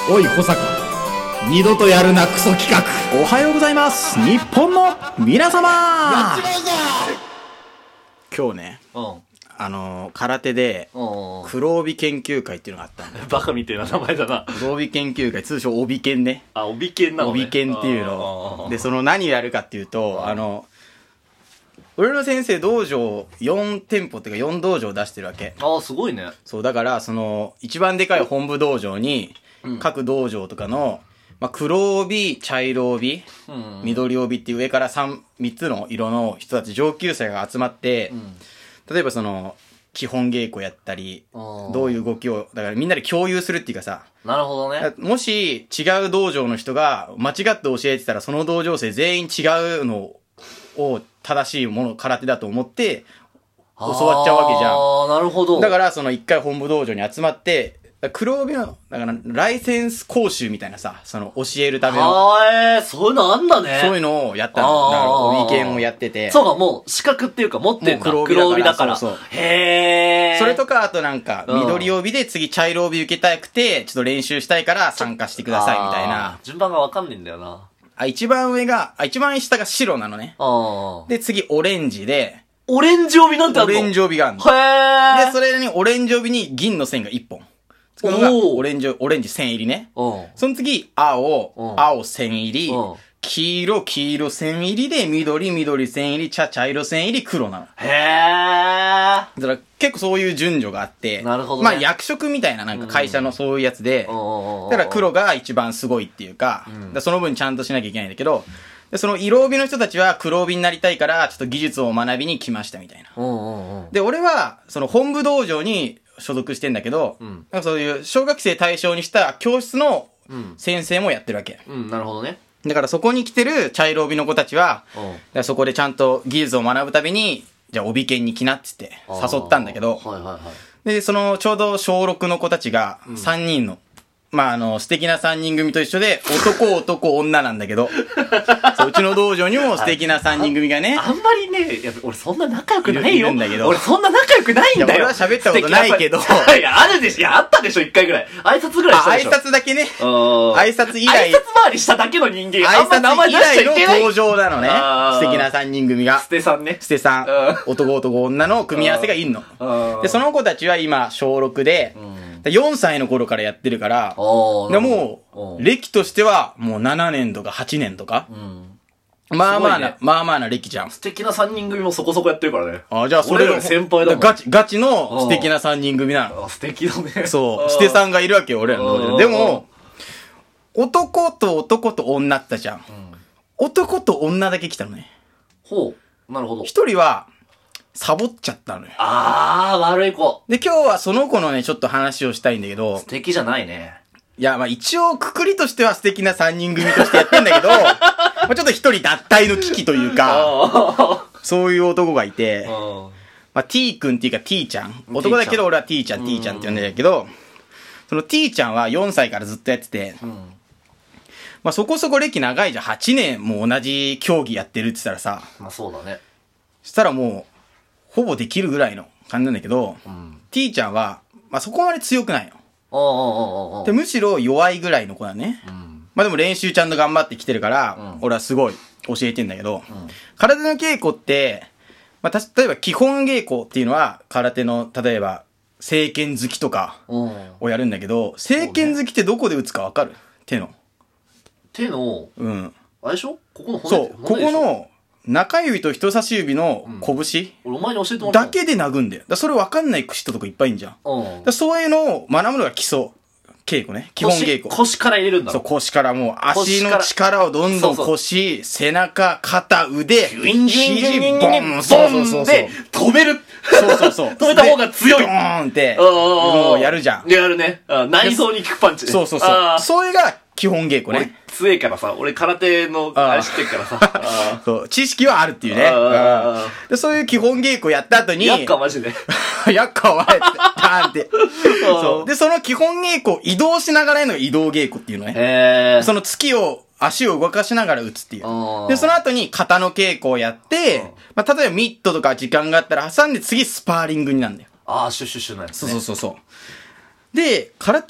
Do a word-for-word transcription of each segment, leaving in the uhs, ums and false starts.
おい保坂、二度とやるなクソ企画。 おはようございます、日本の皆様。 やっちまうぞ。 今日ね、 うんあのー、空手でうん黒帯研究会っていうのがあったんだよ。 バカみたいな名前だな。 黒帯研究会、通称帯研ね。 あ、帯研なのね。 帯研っていうのあーで、その何をやるかっていうと、あの俺の先生道場よん店舗っていうかよん道場出してるわけ。 あー、すごいね。 そうだからその一番でかい本部道場にうん各道場とかの、まあ、黒帯、茶色帯、 うん緑帯っていう上から 3, 3つの色の人たち上級生が集まって、 うん例えばその基本稽古やったりあーどういう動きをだからみんなで共有するっていうかさ、 なるほどね。 もし違う道場の人が間違って教えてたらその道場生全員違うのを正しいもの空手だと思って教わっちゃうわけじゃん。 ああ、なるほど。 だからその一回本部道場に集まって黒帯のだからライセンス講習みたいなさ、その教えるためのあー、えー、そういうのあんだね。 そういうのをやったの。だから帯剣をやってて、 そうか、もう資格っていうか持ってんだ。 もう黒黒帯だから帯だから。 そうそうへー。 それとかあとなんかうん緑帯で次茶色帯受けたくてちょっと練習したいから参加してくださいみたいな。 あー順番がわかんねえんだよな。 あ、一番上が、あ、一番下が白なのね。 あー。 で、次オレンジで、 オレンジ帯なんてあるの？ オレンジ帯があるの。 へー。 で、それにオレンジ帯に銀の線が一本。そのがおーオレンジ、オレンジ線入りね。 うん。 その次、青、 うん青線入りうん、 黄色、黄色線入りで、緑、緑線入り、茶、茶色線入り、黒なの。 へー。 だから結構そういう順序があって、 なるほどねまあ役職みたいななんか会社のそういうやつで、 うんうんうんだから黒が一番すごいっていうか、 んだからその分ちゃんとしなきゃいけないんだけど、でその色帯の人たちは黒帯になりたいから、ちょっと技術を学びに来ましたみたいな。 うんうんうん。 で、俺は、その本部道場に所属してんだけど、 うんなんかそういう小学生対象にした教室のうん先生もやってるわけ。 うん、なるほどね。 だからそこに来てる茶色帯の子たちは、 うん。 だからそこでちゃんと技術を学ぶたびに、じゃあ帯研に来なっつって誘ったんだけど、 はいはいはい。 で、そのちょうど小ろくの子たちがさんにんの、まあ、あの、素敵なさんにん組と一緒で、男、男、女なんだけど、そううちの道場にも素敵なさんにん組がね、 あんまりね、いや俺そんな仲良くないよ。 いるいるんだけど俺そんな仲良くないんだよ。 いや俺は喋ったことないけど素敵なさいや、あるでしょ。いや、あったでしょ、一回ぐらい。挨拶ぐらいあ挨したでしょ。 拶だけね、 挨挨拶以来挨拶回りしただけの人間があ挨んま名前拶以出しちゃ来のいけない。 登場なのね。 あー素敵なさんにん組がス。テさんね。 ステさん、男、男、女の組み合わせがいんの。 うんで、その子たちは今、小ろくで、よんさいの頃からやってるから、 おーでもうう、歴としては、もうななねんとかはちねんとか、 うん。 まあまあな、 すごいねまあまあな歴じゃん。 素敵な三人組もそこそこやってるからね。 あ、じゃあそれ俺より先輩だもん。 ガチ、ガチの素敵なさんにん組なの。 あ、素敵だね。 そう、ステさんがいるわけよ、俺らの道場うんでも、男と男と女って言ったじゃん。 うん。 男と女だけ来たのね。 ほう。なるほど。 一人は、サボっちゃったのよ。 あー、悪い子。 で、今日はその子のね、ちょっと話をしたいんだけど素、敵じゃないね。 いや、まあ一応、くくりとしては素敵なさんにん組としてやってんだけど、まあちょっと一人脱退の危機というか、 あそういう男がいて、 ー。 まあ T 君っていうか T ちゃん。 T ちゃん男だけど俺は T ちゃん、T ちゃんって呼んでるけど、その T ちゃんはよんさいからずっとやってて、 うん。 まあそこそこ歴長いじゃん。はちねんも同じ競技やってるって言ったらさ、 まあそうだね。 したらもう、ほぼできるぐらいの感じなんだけど、 うん。 T ちゃんは、まあそこまで強くないの。 ああ、ああ、ああ。 で、むしろ弱いぐらいの子だね。 うん。 まあでも練習ちゃんと頑張ってきてるから、 うん俺はすごい教えてんだけど、 うん。 空手の稽古って、まあた例えば基本稽古っていうのは空手の、例えば、正拳突きとかうん。 をやるんだけど、正拳突きってどこで打つかわかる？手の。 手の、 うん。 あれでしょここの骨そう、こ骨でしょこの中指と人差し指の拳俺お前に教えてもらっただけで殴んだよ。だからそれわかんない人とかいっぱいいんじゃん。だかうん。 らそういうのを学ぶのが基礎稽古ね。基本稽古。 腰腰から入れるんだそう、 ろ。 腰からもう足の腰から力をどんどんそうそう腰、背中、肩、腕、 ギュインギュインギュインギュインギュインボン、そうそうそうそう。 で、止める。 そうそうそう。 止めた方が強い。 でドーンって、 うんもうやるじゃん。 やるね。うん内臓に効くパンチね。 そうそうそう。 あーそれが基本稽古俺ね。 強いからさ、俺空手のあーあれ知ってるからさ。あそう、知識はあるっていうね。 あーうんでそういう基本稽古やった後に、 ーやっかマジで。 やっかお前って、バーンって。 そそう。で、その基本稽古を移動しながらやるのが移動稽古っていうのね。 へー。 その月を、足を動かしながら打つっていうあ。ーで、その後に型の稽古をやって、まあ、例えばミットとか時間があったら挟んで次スパーリングになるんだよ。 あー、シュッシュッシュのやつね。 そうそうそうそう。で、空手っ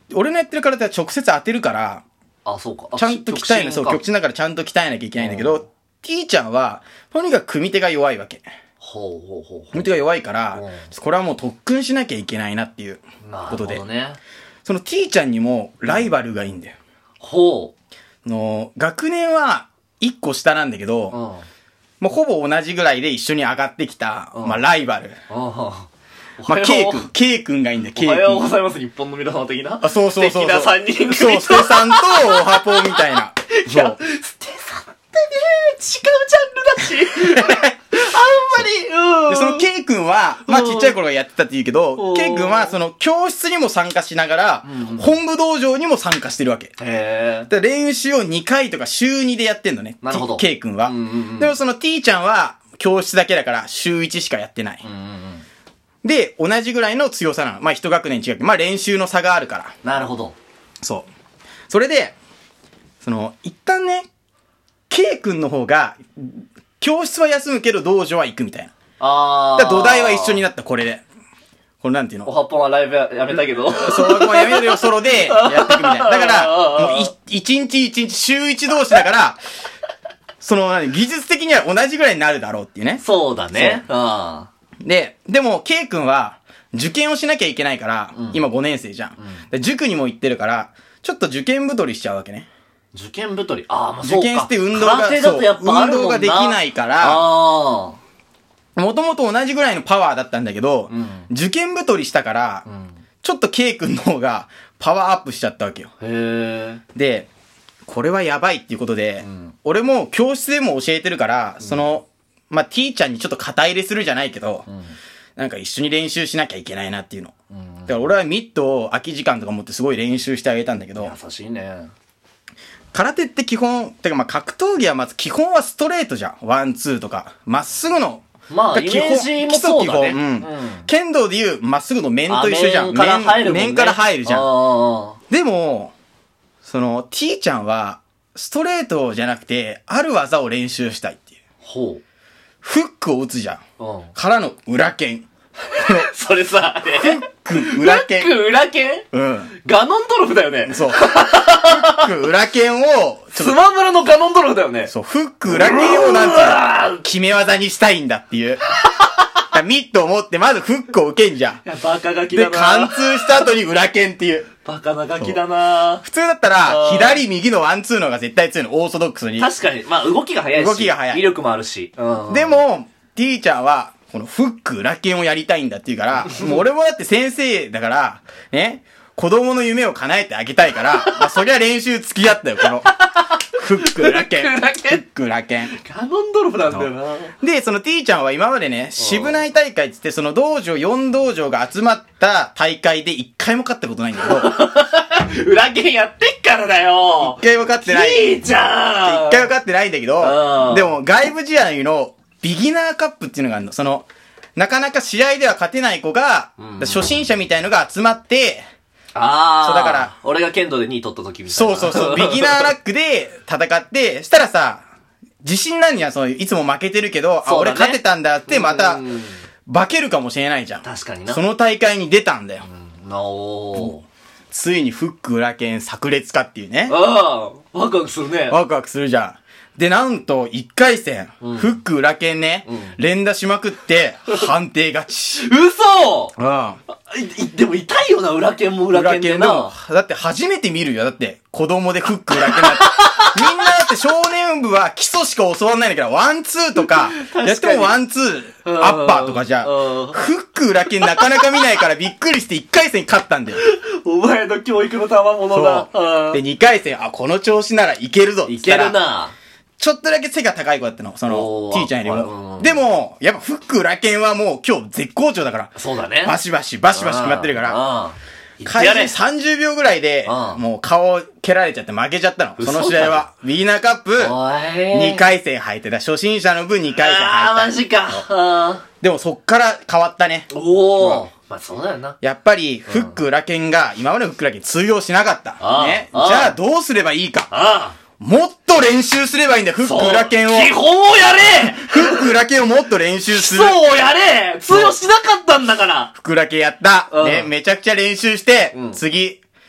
俺のやってる空手は直接当てるから、 あ、そうか。 ちゃんと鍛えな、そう、極真だからちゃんと鍛えなきゃいけないんだけど、T ちゃんは、とにかく組手が弱いわけ。 ほうほうほうほう。 組手が弱いから、 うん、 これはもう特訓しなきゃいけないなっていうことで。 なるほどね。 その T ちゃんにもライバルがいいんだよ。 ほう。の、学年はいっこ下なんだけど、うん、もうほぼ同じぐらいで一緒に上がってきた、うん、まあライバル。まあ、K 君、K 君がいいんだよ、K 君。 おはようございます、日本の皆様的な。 あ、そうそうそうそう。 素敵な三人組。 そう、ステさんとオハポみたいな。 いや、ステさんってね、違うジャンルだし。あんまり、うん。 で、その K 君は、まあちっちゃい頃がやってたって言うけど、K 君はその教室にも参加しながら、本部道場にも参加してるわけ。 へー。練習をにかいとか週にでやってんのね。 なるほど。 K 君は。でもその T ちゃんは、教室だけだから週いちしかやってない。うんうんうん、で、同じぐらいの強さなの。まあ一学年違く、まあ練習の差があるから。 なるほど。 そう。それで、その、一旦ね、K 君の方が、教室は休むけど道場は行くみたいな。 ああ。だ土台は一緒になった、これで。これなんていうの？ おはっぽんはライブやめたけど。 そう、もうやめるよ、ソロでやっていくみたいな。だから、もうい、一日一日、週一同士だから、その、何、技術的には同じぐらいになるだろうっていうね。 そうだね。 うん。で、でも、K 君は、受験をしなきゃいけないから、うん、今ごねん生じゃん、うんで。塾にも行ってるから、ちょっと受験太りしちゃうわけね。 受験太りああ、まあ、そうか。 受験して運動が、 そう、 運動ができないから、もともと同じぐらいのパワーだったんだけど、うん、受験太りしたから、うん、ちょっと K 君の方がパワーアップしちゃったわけよ。 へー。 で、これはやばいっていうことで、うん、俺も教室でも教えてるから、その、まあ、T ちゃんにちょっと肩入れするじゃないけど、うん、なんか一緒に練習しなきゃいけないなっていうの。うん、だから俺はミットを空き時間とか持ってすごい練習してあげたんだけど。 優しいね。 空手って基本、てかまあ格闘技はまず基本はストレートじゃん。ワン、ツーとか。まっすぐの。 まあ、イメージもそうだね。 基本、うん。うん、剣道でいうまっすぐの面と一緒じゃん。 面から入るもんね。 面から入るじゃん。でも、その、T ちゃんは、ストレートじゃなくて、ある技を練習したいっていう。 ほう。 フックを打つじゃん。うん。からの裏剣。 それさ、 フック、裏剣。 フック、裏剣うん。 ガノンドルフだよね。 そう。フック、裏剣を、 スマブラのガノンドルフだよね。 そう、フック、裏剣をなんていうの、決め技にしたいんだっていう。ミットを持って、まずフックを受けんじゃん。いや、バカガキだな。 で、貫通した後に裏剣っていう。 バカなガキだな。 普通だったら、左、右のワンツーの方が絶対強いの、オーソドックスに。 確かに。まあ、動きが速いし。 動きが速い。 威力もあるし。 うん、でも、T ちゃんは、このフック、裏剣をやりたいんだって言うから、もう俺もだって先生だから、ね、子供の夢を叶えてあげたいから、まあ、そりゃ練習付き合ったよ、この。フック、裏剣。フック、裏剣。 ガノンドルフなんだよな。 で、その T ちゃんは今までね、支部内大会って言って、その道場、よん道場が集まった大会で一回も勝ったことないんだけど。 裏剣やってっからだよ。 一回も勝ってない。 T ちゃん一回も勝ってないんだけど、でも外部試合のビギナーカップっていうのがあるの。その、なかなか試合では勝てない子が、うん、初心者みたいのが集まって、 ああ。 そうだから。 俺が剣道でにい取った時みたいな。 そうそうそう。ビギナーラックで戦って、したらさ、自信なんには、その、いつも負けてるけど、ね、あ、俺勝てたんだって、また、化けるかもしれないじゃん。 確かにな。 その大会に出たんだよ。 うん、おー。 ついにフック裏剣炸裂かっていうね。 ああ、ワクワクするね。 ワクワクするじゃん。で、なんと、いっかい戦、うん、フック裏剣ね、うん、連打しまくって、判定勝ち。 嘘うん。 でも痛いよな、裏剣も裏剣でな。裏剣だって初めて見るよ。だって、子供でフック裏剣なんて。みんなだって少年部は基礎しか教わんないんだから、ワンツーとか、やってもワンツー、アッパーとかじゃ、フック裏剣なかなか見ないからびっくりしていっかい戦勝ったんだよ。 お前の教育の賜物だ。 で、にかい戦、あ、この調子ならいけるぞ。 いけるな。 ちょっとだけ背が高い子だったの。その、T ちゃんよりも。でも、やっぱフック裏剣はもう今日絶好調だから。 そうだね。 バシバシ、バシバシ決まってるから。開始さんじゅうびょうぐらいで、もう顔蹴られちゃって負けちゃったの。その試合は。ビギナーカップ、にかい戦敗退だ。初心者の分にかい戦敗退。 あー、マジか。 でもそっから変わったね。 おー。まあそうだよな。 やっぱり、フック裏剣が、今までのフック裏剣通用しなかった。ね。じゃあどうすればいいか。 ああ。 もっと練習すればいいんだよ、フック裏剣を。 基本をやれフック裏剣をもっと練習する。 基礎をやれ通用しなかったんだから。 フック裏剣やった。ね、めちゃくちゃ練習して、次、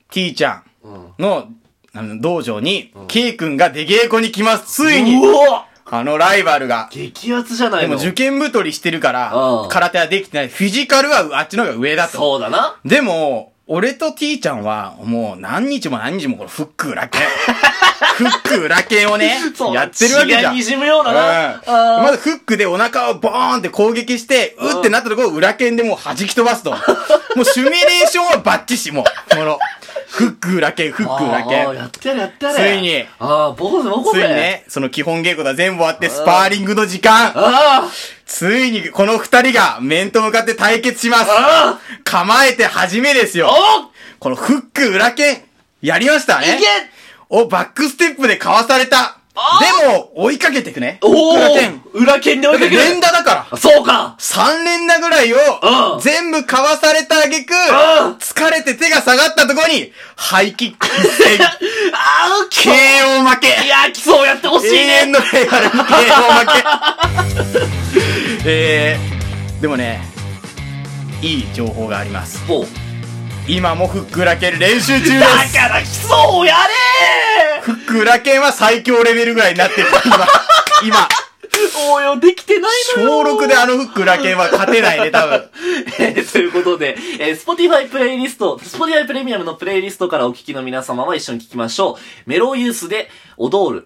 T ちゃんの、あの道場に、K 君が出稽古に来ます。ついに、 うわあのライバルが。 激アツじゃないの。 でも受験太りしてるからうん、 空手はできてない。フィジカルはあっちの方が上だと。 そうだな。 でも、俺と T ちゃんは、もう何日も何日もこのフック裏剣。フック裏剣をね、やってるわけじゃん。 血が滲むようなな。 うん、まずフックでお腹をボーンって攻撃して、うってなったところを裏剣でもう弾き飛ばすと。もうシミュレーションはバッチシ、もう。この、フック裏剣、フック裏剣。 ああ、やってやれやってやれ。 ついに。 ああ、ボコゼボコゼ。 ついにね、その基本稽古だ全部終わってスパーリングの時間。 ああ。 ついにこの二人が面と向かって対決します。 ああ。 構えて始めですよ。 おこのフック裏剣、やりましたね。 いけお、バックステップでかわされた。でも、追いかけていくね。 お裏剣。 裏剣で追いかける。 連打だから。 そうか。 三連打ぐらいをう、ん全部かわされた挙句、 ん疲れて手が下がったところに、ハイキック一戦。 ああ、 ケーオー 負け。 いや、基礎をやってほしい永ね。 遠のライバルに ケーオー 負け。えー、でもね、いい情報があります。 ほう。 今もフック裏剣練習中です。 だから基礎をやれフック裏剣は最強レベルぐらいになってる。今。今。 おーよ、できてないのよ。 小ろくであのフック裏剣は勝てないね、多分。 えーということで、えー、Spotify プレイリスト、Spotify プレミアムのプレイリストからお聞きの皆様は一緒に聞きましょう。メロウユースで、踊る。